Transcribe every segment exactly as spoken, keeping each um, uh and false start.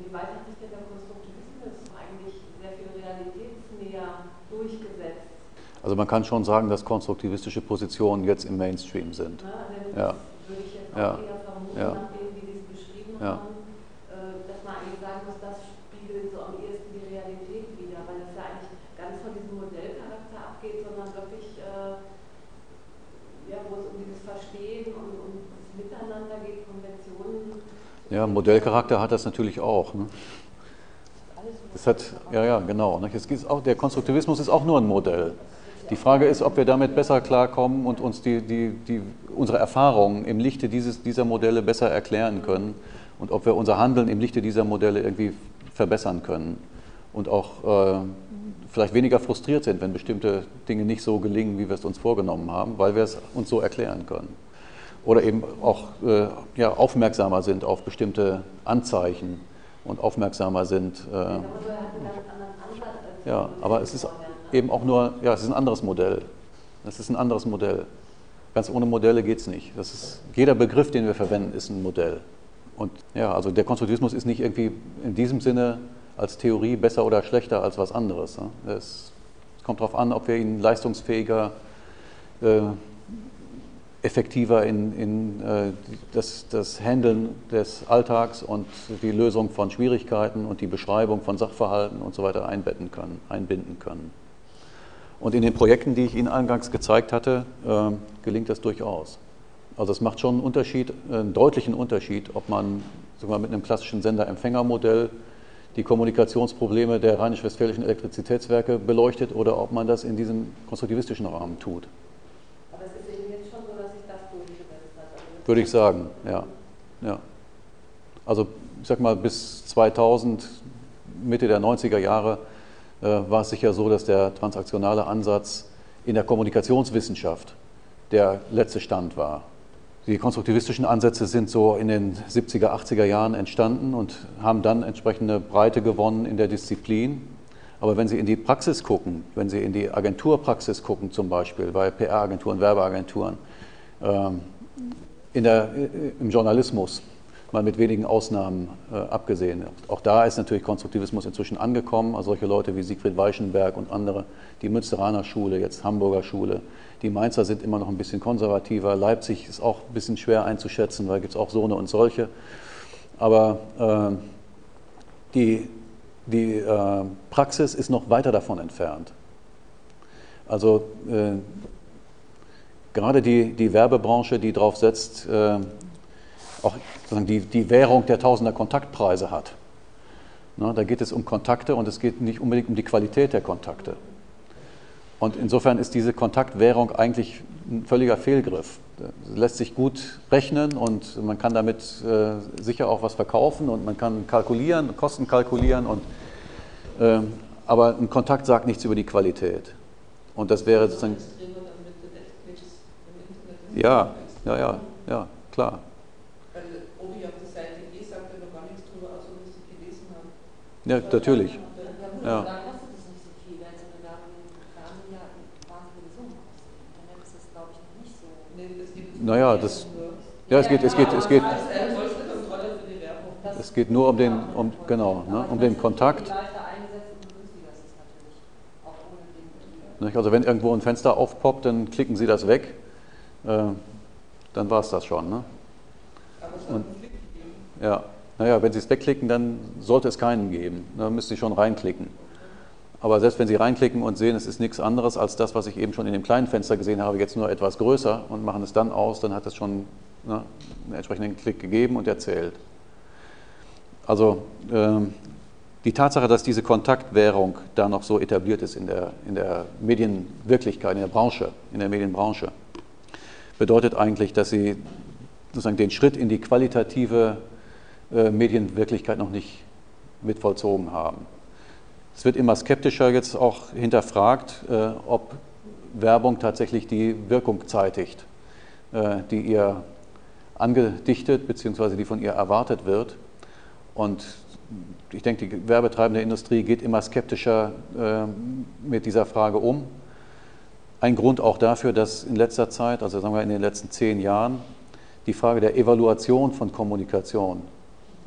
wie weit hat sich denn der Konstruktivismus eigentlich sehr viel realitätsnäher durchgesetzt? Also man kann schon sagen, dass konstruktivistische Positionen jetzt im Mainstream sind. Ja, also das würde ich jetzt auch ja. eher vermuten, ja. nach dem, wie Sie es beschrieben ja. haben, dass man eigentlich sagen muss, das spiegelt so am ehesten die Realität wider, weil es ja eigentlich ganz von diesem Modellcharakter abgeht, sondern wirklich, äh, ja, wo es um dieses Verstehen und, und das Miteinander geht, Konventionen. Ja, Modellcharakter hat das natürlich auch. Ne? Das hat, ja, ja, genau. Ne? Es ist auch, der Konstruktivismus ist auch nur ein Modell. Die Frage ist, ob wir damit besser klarkommen und uns die, die, die, unsere Erfahrungen im Lichte dieses, dieser Modelle besser erklären können und ob wir unser Handeln im Lichte dieser Modelle irgendwie verbessern können und auch äh, vielleicht weniger frustriert sind, wenn bestimmte Dinge nicht so gelingen, wie wir es uns vorgenommen haben, weil wir es uns so erklären können. Oder eben auch äh, ja, aufmerksamer sind auf bestimmte Anzeichen und aufmerksamer sind. Äh, ja, aber es ist eben auch nur, ja, es ist ein anderes Modell. Es ist ein anderes Modell. Ganz ohne Modelle geht es nicht. Das ist, jeder Begriff, den wir verwenden, ist ein Modell. Und ja, also der Konstruktivismus ist nicht irgendwie in diesem Sinne als Theorie besser oder schlechter als was anderes. Ne? Es kommt darauf an, ob wir ihn leistungsfähiger, äh, effektiver in, in äh, das, das Handeln des Alltags und die Lösung von Schwierigkeiten und die Beschreibung von Sachverhalten und so weiter einbetten können, einbinden können. Und in den Projekten, die ich Ihnen eingangs gezeigt hatte, äh, gelingt das durchaus. Also es macht schon einen Unterschied, einen deutlichen Unterschied, ob man sagen wir mal, mit einem klassischen Sender-Empfänger-Modell die Kommunikationsprobleme der rheinisch-westfälischen Elektrizitätswerke beleuchtet oder ob man das in diesem konstruktivistischen Rahmen tut. Aber es ist eben jetzt schon so, dass sich das durchgesetzt hat. Also Würde ich sagen, ja. ja. Also ich sag mal bis zweitausend, Mitte der neunziger Jahre, äh, war es sicher so, dass der transaktionale Ansatz in der Kommunikationswissenschaft der letzte Stand war. Die konstruktivistischen Ansätze sind so in den siebziger, achtziger Jahren entstanden und haben dann entsprechende Breite gewonnen in der Disziplin. Aber wenn Sie in die Praxis gucken, wenn Sie in die Agenturpraxis gucken zum Beispiel, bei P R-Agenturen, Werbeagenturen, ähm, in der, im Journalismus, mal mit wenigen Ausnahmen äh, abgesehen. Auch da ist natürlich Konstruktivismus inzwischen angekommen. Also solche Leute wie Siegfried Weichenberg und andere, die Münsteraner Schule, jetzt Hamburger Schule. Die Mainzer sind immer noch ein bisschen konservativer. Leipzig ist auch ein bisschen schwer einzuschätzen, weil gibt es auch so eine und solche. Aber äh, die, die äh, Praxis ist noch weiter davon entfernt. Also äh, gerade die, die Werbebranche, die darauf setzt, äh, auch sozusagen die, die Währung der Tausender Kontaktpreise hat. Na, da geht es um Kontakte und es geht nicht unbedingt um die Qualität der Kontakte. Und insofern ist diese Kontaktwährung eigentlich ein völliger Fehlgriff. Es lässt sich gut rechnen und man kann damit äh, sicher auch was verkaufen und man kann kalkulieren, Kosten kalkulieren. Und, äh, aber ein Kontakt sagt nichts über die Qualität. Und das wäre sozusagen... Ja, ja, ja, ja, klar. Weil ob ich auf die Seite gehe, sagt er noch gar nichts drüber, außer dass ich gelesen habe. Ja, natürlich. Ja. Naja, das, ja, es geht, es geht, es geht, es geht nur um den, um, genau, ne, um den Kontakt. Also wenn irgendwo ein Fenster aufpoppt, dann klicken Sie das weg, äh, dann war es das schon. Ne? Und, ja, naja, wenn Sie es wegklicken, dann sollte es keinen geben. Dann müssen Sie schon reinklicken. Aber selbst wenn Sie reinklicken und sehen, es ist nichts anderes als das, was ich eben schon in dem kleinen Fenster gesehen habe, jetzt nur etwas größer und machen es dann aus, dann hat es schon ne, einen entsprechenden Klick gegeben und erzählt. Also ähm, die Tatsache, dass diese Kontaktwährung da noch so etabliert ist in der, in der Medienwirklichkeit, in der Branche, in der Medienbranche, bedeutet eigentlich, dass sie sozusagen den Schritt in die qualitative äh, Medienwirklichkeit noch nicht mit vollzogen haben. Es wird immer skeptischer jetzt auch hinterfragt, äh, ob Werbung tatsächlich die Wirkung zeitigt, äh, die ihr angedichtet bzw. die von ihr erwartet wird. Und ich denke, die werbetreibende Industrie geht immer skeptischer äh, mit dieser Frage um. Ein Grund auch dafür, dass in letzter Zeit, also sagen wir in den letzten zehn Jahren, die Frage der Evaluation von Kommunikation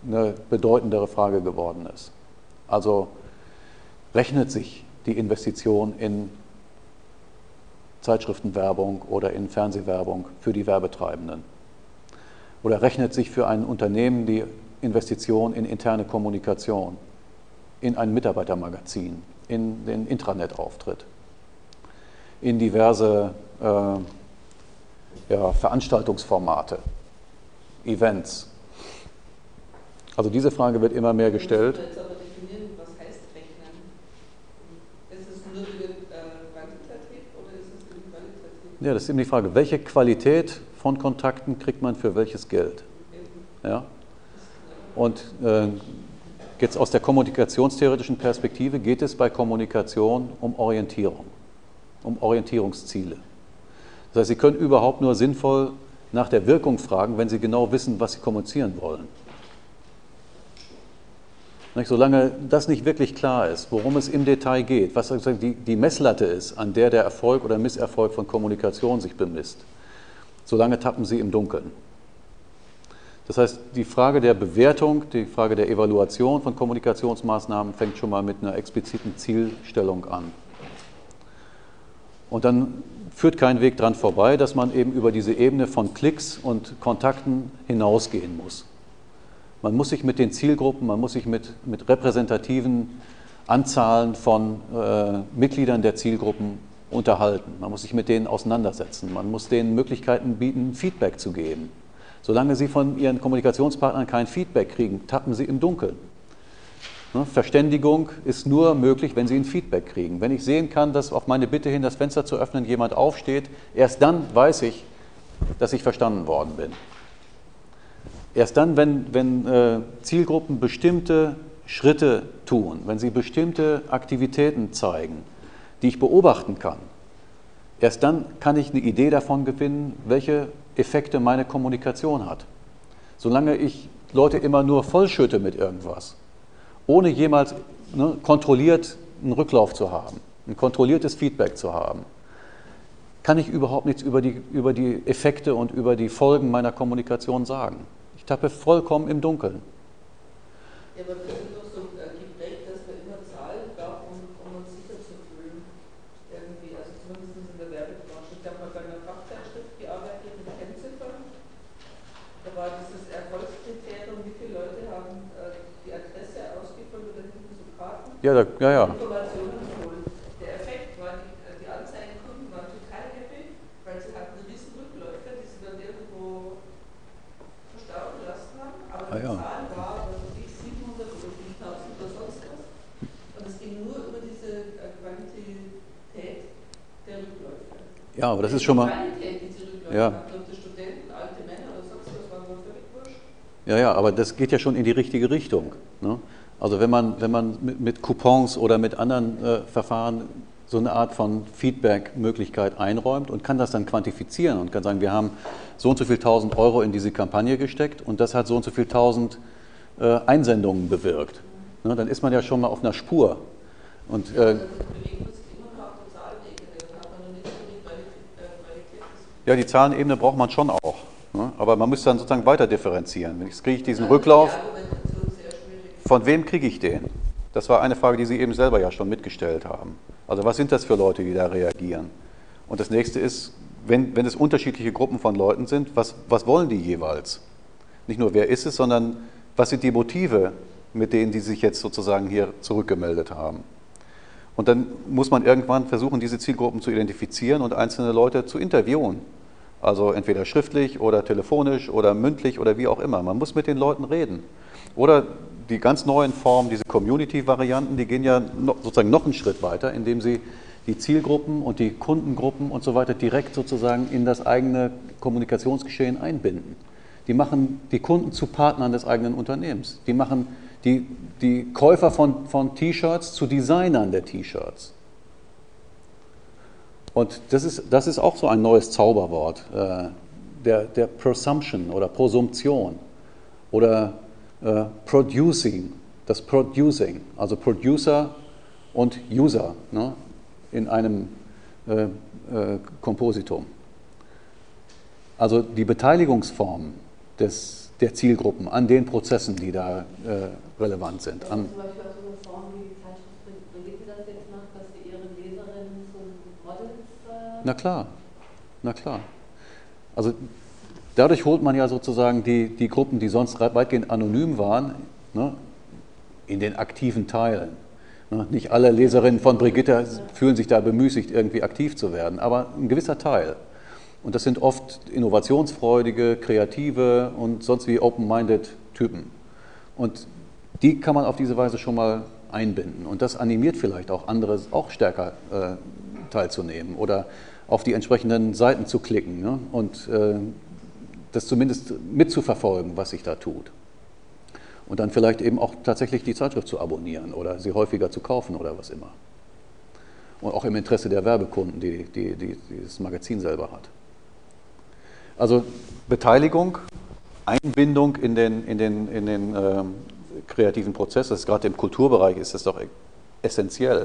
eine bedeutendere Frage geworden ist. Also rechnet sich die Investition in Zeitschriftenwerbung oder in Fernsehwerbung für die Werbetreibenden? Oder rechnet sich für ein Unternehmen die Investition in interne Kommunikation, in ein Mitarbeitermagazin, in den Intranet-Auftritt, in diverse äh, ja, Veranstaltungsformate, Events? Also diese Frage wird immer mehr gestellt. Ich muss jetzt aber definieren, was heißt rechnen? Ist es nur über äh, quantitativ oder ist es über qualitativ? Ja, das ist eben die Frage, welche Qualität von Kontakten kriegt man für welches Geld? Ja? Und äh, jetzt aus der kommunikationstheoretischen Perspektive geht es bei Kommunikation um Orientierung, um Orientierungsziele. Das heißt, Sie können überhaupt nur sinnvoll nach der Wirkung fragen, wenn Sie genau wissen, was Sie kommunizieren wollen. Nicht? Solange das nicht wirklich klar ist, worum es im Detail geht, was sozusagen die, die Messlatte ist, an der der Erfolg oder Misserfolg von Kommunikation sich bemisst, solange tappen Sie im Dunkeln. Das heißt, die Frage der Bewertung, die Frage der Evaluation von Kommunikationsmaßnahmen fängt schon mal mit einer expliziten Zielstellung an. Und dann führt kein Weg dran vorbei, dass man eben über diese Ebene von Klicks und Kontakten hinausgehen muss. Man muss sich mit den Zielgruppen, man muss sich mit, mit repräsentativen Anzahlen von äh, Mitgliedern der Zielgruppen unterhalten. Man muss sich mit denen auseinandersetzen. Man muss denen Möglichkeiten bieten, Feedback zu geben. Solange Sie von Ihren Kommunikationspartnern kein Feedback kriegen, tappen Sie im Dunkeln. Ne? Verständigung ist nur möglich, wenn Sie ein Feedback kriegen. Wenn ich sehen kann, dass auf meine Bitte hin, das Fenster zu öffnen, jemand aufsteht, erst dann weiß ich, dass ich verstanden worden bin. Erst dann, wenn, wenn äh, Zielgruppen bestimmte Schritte tun, wenn sie bestimmte Aktivitäten zeigen, die ich beobachten kann, erst dann kann ich eine Idee davon gewinnen, welche Effekte meine Kommunikation hat. Solange ich Leute immer nur vollschütte mit irgendwas, ohne jemals ne, kontrolliert einen Rücklauf zu haben, ein kontrolliertes Feedback zu haben, kann ich überhaupt nichts über die, über die Effekte und über die Folgen meiner Kommunikation sagen. Ich tappe vollkommen im Dunkeln. Ja, aber wir sind doch so äh, geprägt, dass wir immer Zahlen brauchen, um uns sicher zu fühlen. Irgendwie, also zumindest in der Werbebranche. Ich habe mal bei einer Fachzeitschrift gearbeitet mit Kennziffern. Da war dieses Erfolgskriterium, wie viele Leute haben äh, die Adresse ausgefüllt oder hinten so Karten. Ja, da, ja, ja. Informationen geholt. Der Effekt war, die, die Anzeigenkunden waren total happy, weil sie hatten riesen Rückläufe, die sie dann irgendwo verstauen lassen haben. Aber Ah, die ja. Zahl war, was weiß ich, siebenhundert oder fünftausend oder sonst was. Und es ging nur über diese äh, Quantität der Rückläufe. Ja, aber das ist schon mal. Die Qualität, diese Rückläufe Ja. hatten, ob das Studenten, alte Männer oder sonst was, war wohl völlig wurscht. Ja, ja, aber das geht ja schon in die richtige Richtung. Ne? Also wenn man, wenn man mit, mit Coupons oder mit anderen äh, Verfahren so eine Art von Feedback-Möglichkeit einräumt und kann das dann quantifizieren und kann sagen, wir haben so und so viel tausend Euro in diese Kampagne gesteckt und das hat so und so viel tausend äh, Einsendungen bewirkt. Ne? Dann ist man ja schon mal auf einer Spur. Und, äh, Also wir bewegen uns immer noch auf der Zahlenebene, da hat man noch nicht so die Qualität, äh, Qualität des ja, die Zahlenebene braucht man schon auch. Ne? Aber man muss dann sozusagen weiter differenzieren. Jetzt kriege ich diesen Rücklauf. Von wem kriege ich den? Das war eine Frage, die Sie eben selber ja schon mitgestellt haben. Also was sind das für Leute, die da reagieren? Und das nächste ist, wenn, wenn es unterschiedliche Gruppen von Leuten sind, was, was wollen die jeweils? Nicht nur wer ist es, sondern was sind die Motive, mit denen die sich jetzt sozusagen hier zurückgemeldet haben? Und dann muss man irgendwann versuchen, diese Zielgruppen zu identifizieren und einzelne Leute zu interviewen. Also entweder schriftlich oder telefonisch oder mündlich oder wie auch immer. Man muss mit den Leuten reden. Oder die ganz neuen Formen, diese Community-Varianten, die gehen ja noch, sozusagen noch einen Schritt weiter, indem sie die Zielgruppen und die Kundengruppen und so weiter direkt sozusagen in das eigene Kommunikationsgeschehen einbinden. Die machen die Kunden zu Partnern des eigenen Unternehmens. Die machen die, die Käufer von, von T-Shirts zu Designern der T-Shirts. Und das ist, das ist auch so ein neues Zauberwort, äh, der, der Prosumption oder Prosumption oder äh, Producing, das Producing, also Producer und User, ne, in einem äh, äh, Kompositum. Also die Beteiligungsform des, der Zielgruppen, an den Prozessen, die da äh, relevant sind. An zum Beispiel auch so eine Form, wie die Zeitschrift Brigitte das jetzt macht, dass sie ihre Leserinnen zu Models... Äh Na klar, na klar. Also dadurch holt man ja sozusagen die, die Gruppen, die sonst weitgehend anonym waren, ne, in den aktiven Teilen. Ne, nicht alle Leserinnen von Brigitte fühlen sich da bemüßigt, irgendwie aktiv zu werden, aber ein gewisser Teil. Und das sind oft innovationsfreudige, kreative und sonst wie open-minded Typen. Und die kann man auf diese Weise schon mal einbinden. Und das animiert vielleicht auch andere, auch stärker äh, teilzunehmen oder auf die entsprechenden Seiten zu klicken, ne? Und äh, das zumindest mitzuverfolgen, was sich da tut. Und dann vielleicht eben auch tatsächlich die Zeitschrift zu abonnieren oder sie häufiger zu kaufen oder was immer. Und auch im Interesse der Werbekunden, die, die, die, die das Magazin selber hat. Also Beteiligung, Einbindung in den, in den, in den ähm, kreativen Prozess, das ist gerade im Kulturbereich ist das doch essentiell,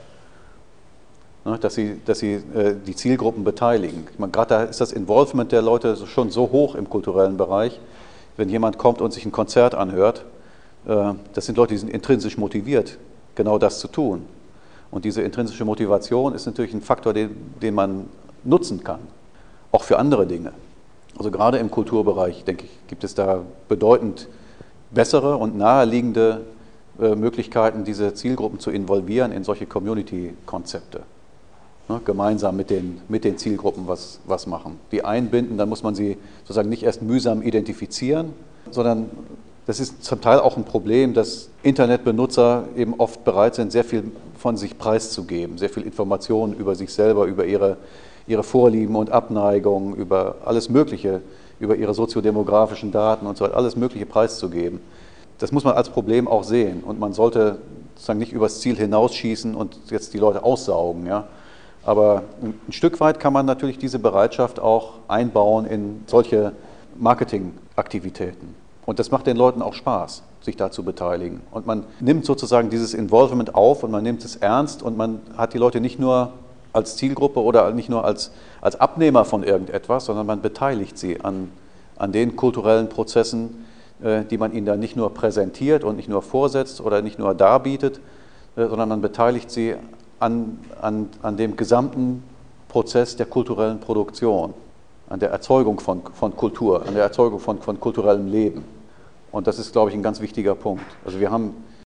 ne, dass sie, dass sie äh, die Zielgruppen beteiligen. Ich meine, gerade da ist das Involvement der Leute schon so hoch im kulturellen Bereich, wenn jemand kommt und sich ein Konzert anhört, äh, das sind Leute, die sind intrinsisch motiviert, genau das zu tun. Und diese intrinsische Motivation ist natürlich ein Faktor, den, den man nutzen kann, auch für andere Dinge. Also gerade im Kulturbereich, denke ich, gibt es da bedeutend bessere und naheliegende äh, Möglichkeiten, diese Zielgruppen zu involvieren in solche Community-Konzepte. Ne, gemeinsam mit den, mit den Zielgruppen was, was machen. Die einbinden, dann muss man sie sozusagen nicht erst mühsam identifizieren, sondern das ist zum Teil auch ein Problem, dass Internetbenutzer eben oft bereit sind, sehr viel von sich preiszugeben, sehr viel Informationen über sich selber, über ihre, ihre Vorlieben und Abneigungen, über alles Mögliche, über ihre soziodemografischen Daten und so weiter, alles Mögliche preiszugeben. Das muss man als Problem auch sehen und man sollte sozusagen nicht übers Ziel hinausschießen und jetzt die Leute aussaugen, ja. Aber ein Stück weit kann man natürlich diese Bereitschaft auch einbauen in solche Marketingaktivitäten. Und das macht den Leuten auch Spaß, sich da zu beteiligen. Und man nimmt sozusagen dieses Involvement auf und man nimmt es ernst und man hat die Leute nicht nur als Zielgruppe oder nicht nur als, als Abnehmer von irgendetwas, sondern man beteiligt sie an, an den kulturellen Prozessen, äh, die man ihnen dann nicht nur präsentiert und nicht nur vorsetzt oder nicht nur darbietet, äh, sondern man beteiligt sie An, an, an dem gesamten Prozess der kulturellen Produktion, an der Erzeugung von, von Kultur, an der Erzeugung von, von kulturellem Leben. Und das ist, glaube ich, ein ganz wichtiger Punkt. Also wir haben